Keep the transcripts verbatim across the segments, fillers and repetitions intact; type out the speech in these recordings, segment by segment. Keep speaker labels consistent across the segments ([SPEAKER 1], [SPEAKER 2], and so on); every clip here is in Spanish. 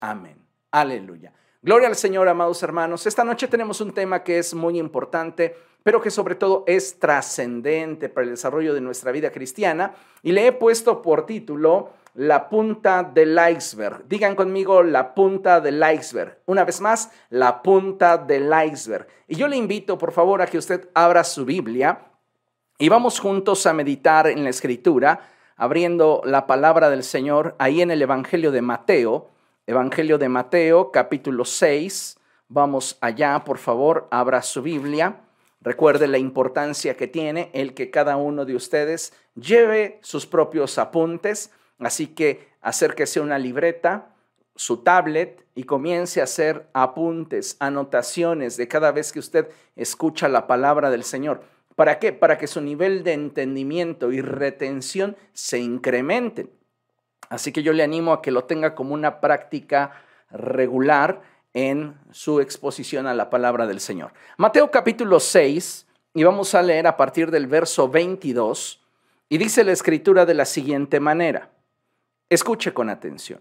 [SPEAKER 1] Amén. Aleluya. Gloria al Señor, amados hermanos. Esta noche tenemos un tema que es muy importante, pero que sobre todo es trascendente para el desarrollo de nuestra vida cristiana. Y le he puesto por título La punta del iceberg. Digan conmigo, la punta del iceberg. Una vez más, la punta del iceberg. Y yo le invito, por favor, a que usted abra su Biblia y vamos juntos a meditar en la Escritura, abriendo la palabra del Señor ahí en el Evangelio de Mateo. Evangelio de Mateo, capítulo seis. Vamos allá, por favor, abra su Biblia. Recuerde la importancia que tiene el que cada uno de ustedes lleve sus propios apuntes. Así que acérquese a una libreta, su tablet y comience a hacer apuntes, anotaciones de cada vez que usted escucha la palabra del Señor. ¿Para qué? Para que su nivel de entendimiento y retención se incrementen. Así que yo le animo a que lo tenga como una práctica regular en su exposición a la palabra del Señor. Mateo capítulo seis, y vamos a leer a partir del verso veintidós, y dice la Escritura de la siguiente manera. Escuche con atención.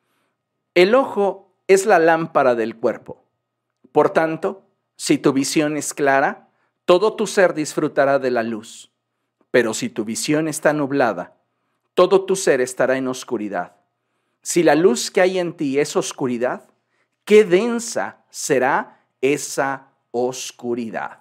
[SPEAKER 1] El ojo es la lámpara del cuerpo. Por tanto, si tu visión es clara, todo tu ser disfrutará de la luz. Pero si tu visión está nublada, todo tu ser estará en oscuridad. Si la luz que hay en ti es oscuridad, qué densa será esa oscuridad.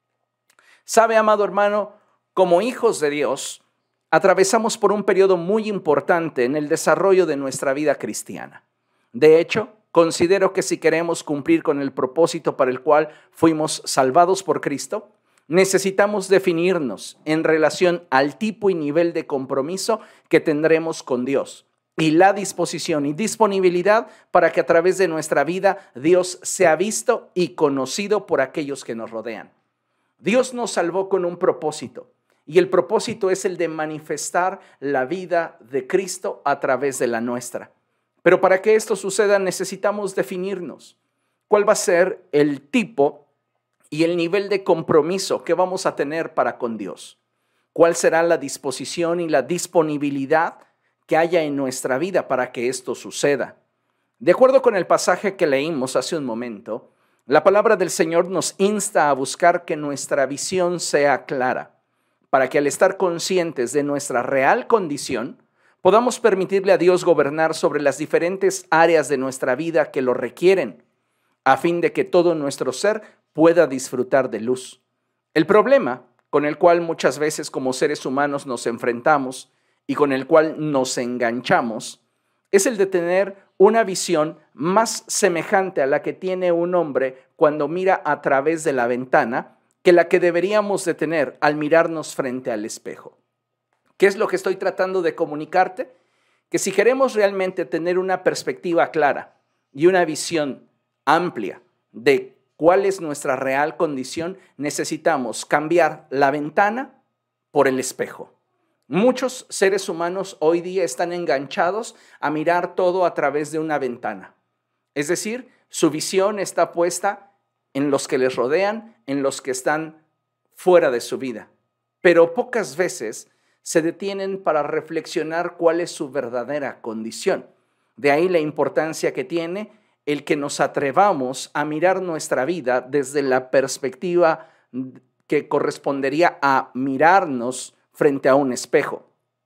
[SPEAKER 1] ¿Sabe, amado hermano? Como hijos de Dios, atravesamos por un periodo muy importante en el desarrollo de nuestra vida cristiana. De hecho, considero que si queremos cumplir con el propósito para el cual fuimos salvados por Cristo, necesitamos definirnos en relación al tipo y nivel de compromiso que tendremos con Dios y la disposición y disponibilidad para que a través de nuestra vida Dios sea visto y conocido por aquellos que nos rodean. Dios nos salvó con un propósito y el propósito es el de manifestar la vida de Cristo a través de la nuestra. Pero para que esto suceda necesitamos definirnos cuál va a ser el tipo y el nivel de compromiso que vamos a tener para con Dios. ¿Cuál será la disposición y la disponibilidad que haya en nuestra vida para que esto suceda? De acuerdo con el pasaje que leímos hace un momento, la palabra del Señor nos insta a buscar que nuestra visión sea clara, para que al estar conscientes de nuestra real condición, podamos permitirle a Dios gobernar sobre las diferentes áreas de nuestra vida que lo requieren, a fin de que todo nuestro ser pueda disfrutar de luz. El problema con el cual muchas veces como seres humanos nos enfrentamos y con el cual nos enganchamos es el de tener una visión más semejante a la que tiene un hombre cuando mira a través de la ventana que la que deberíamos de tener al mirarnos frente al espejo. ¿Qué es lo que estoy tratando de comunicarte? Que si queremos realmente tener una perspectiva clara y una visión amplia de cuál es nuestra real condición, necesitamos cambiar la ventana por el espejo. Muchos seres humanos hoy día están enganchados a mirar todo a través de una ventana. Es decir, su visión está puesta en los que les rodean, en los que están fuera de su vida. Pero pocas veces se detienen para reflexionar cuál es su verdadera condición. De ahí la importancia que tiene el que nos atrevamos a mirar nuestra vida desde la perspectiva que correspondería a mirarnos frente a un espejo.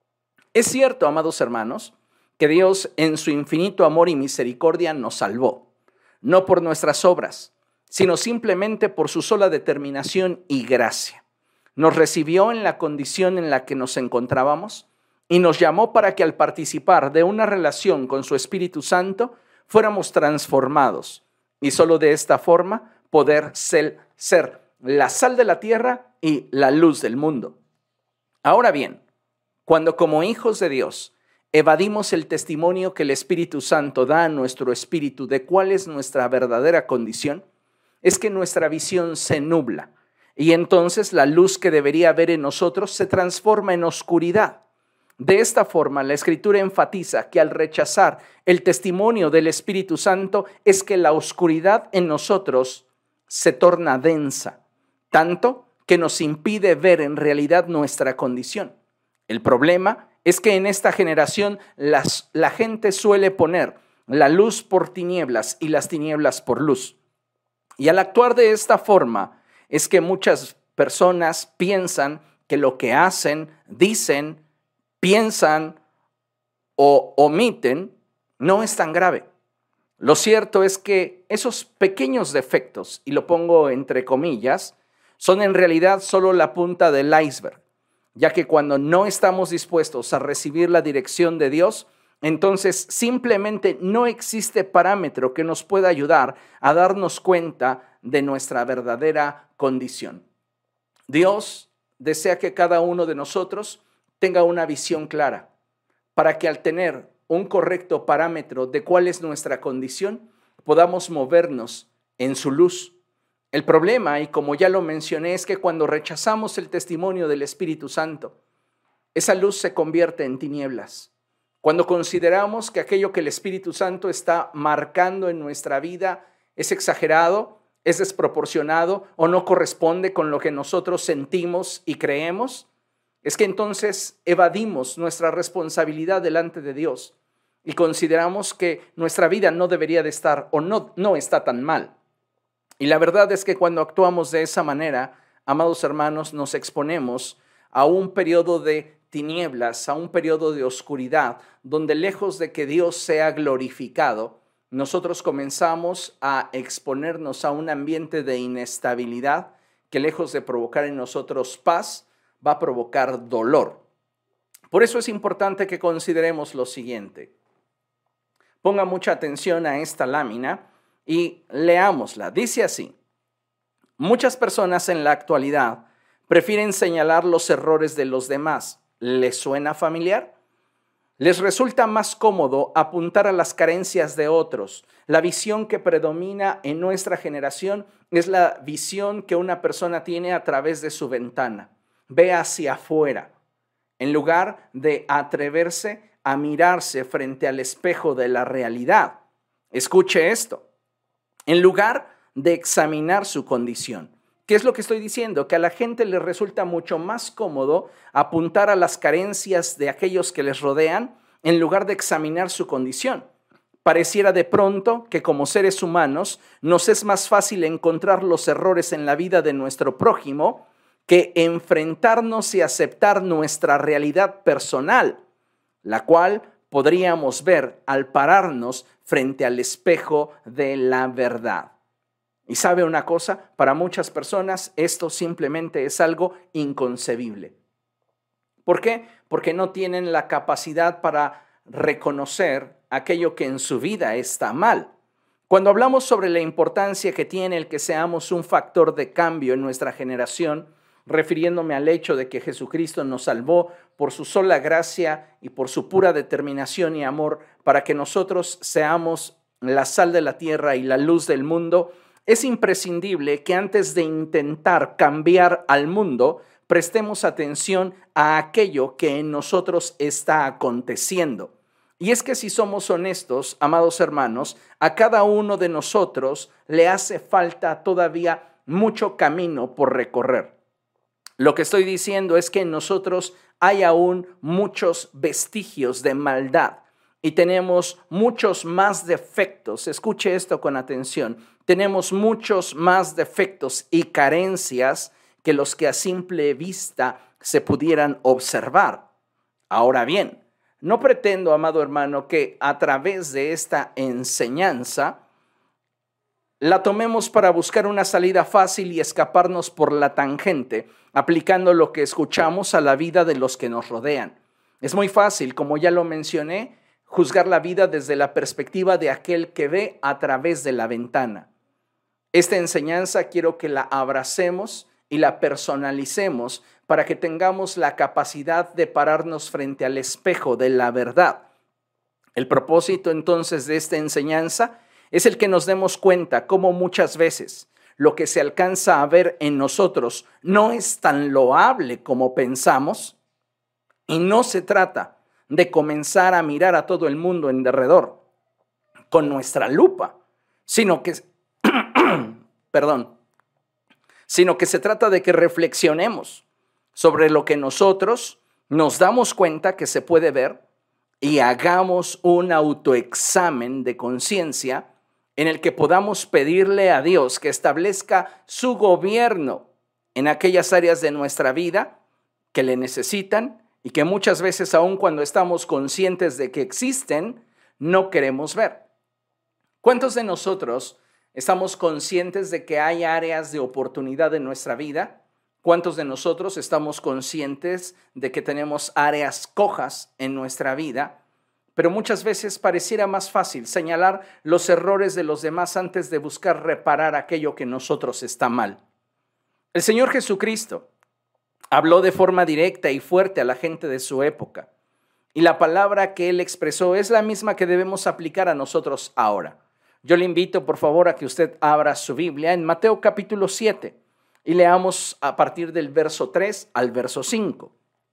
[SPEAKER 1] Es cierto, amados hermanos, que Dios en su infinito amor y misericordia nos salvó, no por nuestras obras, sino simplemente por su sola determinación y gracia. Nos recibió en la condición en la que nos encontrábamos y nos llamó para que al participar de una relación con su Espíritu Santo fuéramos transformados y solo de esta forma poder ser, ser la sal de la tierra y la luz del mundo. Ahora bien, cuando como hijos de Dios evadimos el testimonio que el Espíritu Santo da a nuestro espíritu de cuál es nuestra verdadera condición, es que nuestra visión se nubla y entonces la luz que debería haber en nosotros se transforma en oscuridad. De esta forma, la Escritura enfatiza que al rechazar el testimonio del Espíritu Santo es que la oscuridad en nosotros se torna densa, tanto que nos impide ver en realidad nuestra condición. El problema es que en esta generación las, la gente suele poner la luz por tinieblas y las tinieblas por luz. Y al actuar de esta forma es que muchas personas piensan que lo que hacen, dicen, piensan o omiten no es tan grave. Lo cierto es que esos pequeños defectos, y lo pongo entre comillas, son en realidad solo la punta del iceberg, ya que cuando no estamos dispuestos a recibir la dirección de Dios, entonces simplemente no existe parámetro que nos pueda ayudar a darnos cuenta de nuestra verdadera condición. Dios desea que cada uno de nosotros tenga una visión clara, para que al tener un correcto parámetro de cuál es nuestra condición, podamos movernos en su luz. El problema, y como ya lo mencioné, es que cuando rechazamos el testimonio del Espíritu Santo, esa luz se convierte en tinieblas. Cuando consideramos que aquello que el Espíritu Santo está marcando en nuestra vida es exagerado, es desproporcionado o no corresponde con lo que nosotros sentimos y creemos, es que entonces evadimos nuestra responsabilidad delante de Dios y consideramos que nuestra vida no debería de estar o no, no está tan mal. Y la verdad es que cuando actuamos de esa manera, amados hermanos, nos exponemos a un periodo de tinieblas, a un periodo de oscuridad, donde lejos de que Dios sea glorificado, nosotros comenzamos a exponernos a un ambiente de inestabilidad que lejos de provocar en nosotros paz, va a provocar dolor. Por eso es importante que consideremos lo siguiente. Ponga mucha atención a esta lámina y leámosla. Dice así: muchas personas en la actualidad prefieren señalar los errores de los demás. ¿Les suena familiar? Les resulta más cómodo apuntar a las carencias de otros. La visión que predomina en nuestra generación es la visión que una persona tiene a través de su ventana. Ve hacia afuera, en lugar de atreverse a mirarse frente al espejo de la realidad. Escuche esto. En lugar de examinar su condición. ¿Qué es lo que estoy diciendo? Que a la gente le resulta mucho más cómodo apuntar a las carencias de aquellos que les rodean en lugar de examinar su condición. Pareciera de pronto que como seres humanos nos es más fácil encontrar los errores en la vida de nuestro prójimo que enfrentarnos y aceptar nuestra realidad personal, la cual podríamos ver al pararnos frente al espejo de la verdad. Y sabe una cosa, para muchas personas esto simplemente es algo inconcebible. ¿Por qué? Porque no tienen la capacidad para reconocer aquello que en su vida está mal. Cuando hablamos sobre la importancia que tiene el que seamos un factor de cambio en nuestra generación, refiriéndome al hecho de que Jesucristo nos salvó por su sola gracia y por su pura determinación y amor para que nosotros seamos la sal de la tierra y la luz del mundo, es imprescindible que antes de intentar cambiar al mundo, prestemos atención a aquello que en nosotros está aconteciendo. Y es que si somos honestos, amados hermanos, a cada uno de nosotros le hace falta todavía mucho camino por recorrer. Lo que estoy diciendo es que en nosotros hay aún muchos vestigios de maldad y tenemos muchos más defectos. Escuche esto con atención. Tenemos muchos más defectos y carencias que los que a simple vista se pudieran observar. Ahora bien, no pretendo, amado hermano, que a través de esta enseñanza la tomemos para buscar una salida fácil y escaparnos por la tangente, aplicando lo que escuchamos a la vida de los que nos rodean. Es muy fácil, como ya lo mencioné, juzgar la vida desde la perspectiva de aquel que ve a través de la ventana. Esta enseñanza quiero que la abracemos y la personalicemos para que tengamos la capacidad de pararnos frente al espejo de la verdad. El propósito entonces de esta enseñanza es el que nos demos cuenta cómo muchas veces lo que se alcanza a ver en nosotros no es tan loable como pensamos y no se trata de comenzar a mirar a todo el mundo en derredor con nuestra lupa, sino que, perdón, sino que se trata de que reflexionemos sobre lo que nosotros nos damos cuenta que se puede ver y hagamos un autoexamen de conciencia en el que podamos pedirle a Dios que establezca su gobierno en aquellas áreas de nuestra vida que le necesitan y que muchas veces, aun cuando estamos conscientes de que existen, no queremos ver. ¿Cuántos de nosotros estamos conscientes de que hay áreas de oportunidad en nuestra vida? ¿Cuántos de nosotros estamos conscientes de que tenemos áreas cojas en nuestra vida? Pero muchas veces pareciera más fácil señalar los errores de los demás antes de buscar reparar aquello que en nosotros está mal. El Señor Jesucristo habló de forma directa y fuerte a la gente de su época, y la palabra que Él expresó es la misma que debemos aplicar a nosotros ahora. Yo le invito, por favor, a que usted abra su Biblia en Mateo capítulo siete y leamos a partir del verso tres al verso cinco.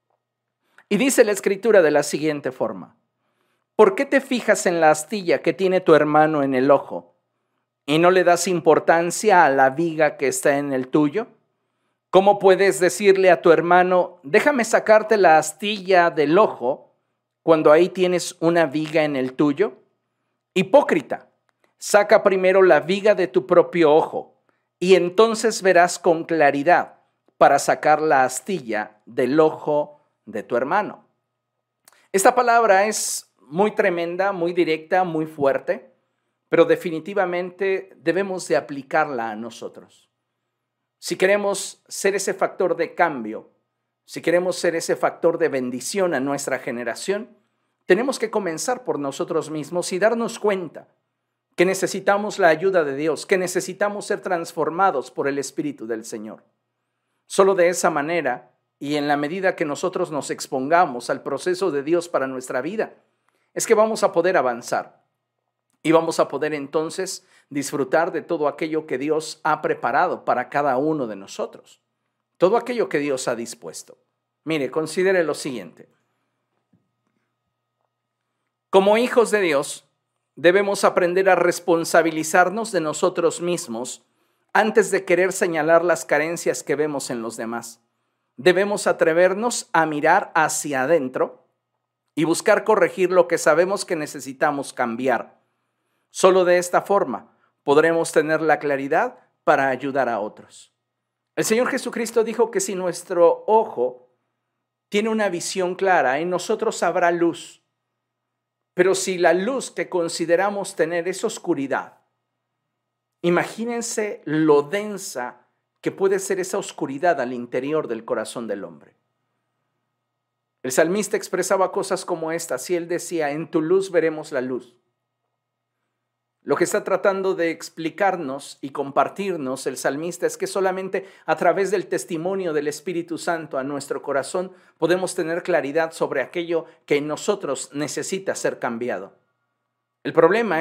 [SPEAKER 1] Y dice la Escritura de la siguiente forma: ¿por qué te fijas en la astilla que tiene tu hermano en el ojo y no le das importancia a la viga que está en el tuyo? ¿Cómo puedes decirle a tu hermano, déjame sacarte la astilla del ojo, cuando ahí tienes una viga en el tuyo? Hipócrita, saca primero la viga de tu propio ojo, y entonces verás con claridad para sacar la astilla del ojo de tu hermano. Esta palabra es muy tremenda, muy directa, muy fuerte, pero definitivamente debemos de aplicarla a nosotros. Si queremos ser ese factor de cambio, si queremos ser ese factor de bendición a nuestra generación, tenemos que comenzar por nosotros mismos y darnos cuenta que necesitamos la ayuda de Dios, que necesitamos ser transformados por el Espíritu del Señor. Solo de esa manera, y en la medida que nosotros nos expongamos al proceso de Dios para nuestra vida, es que vamos a poder avanzar. Y vamos a poder entonces disfrutar de todo aquello que Dios ha preparado para cada uno de nosotros. Todo aquello que Dios ha dispuesto. Mire, considere lo siguiente. Como hijos de Dios, debemos aprender a responsabilizarnos de nosotros mismos antes de querer señalar las carencias que vemos en los demás. Debemos atrevernos a mirar hacia adentro y buscar corregir lo que sabemos que necesitamos cambiar. Solo de esta forma podremos tener la claridad para ayudar a otros. El Señor Jesucristo dijo que si nuestro ojo tiene una visión clara, en nosotros habrá luz. Pero si la luz que consideramos tener es oscuridad, imagínense lo densa que puede ser esa oscuridad al interior del corazón del hombre. El salmista expresaba cosas como estas y él decía, en tu luz veremos la luz. Lo que está tratando de explicarnos y compartirnos el salmista es que solamente a través del testimonio del Espíritu Santo a nuestro corazón podemos tener claridad sobre aquello que en nosotros necesita ser cambiado. El problema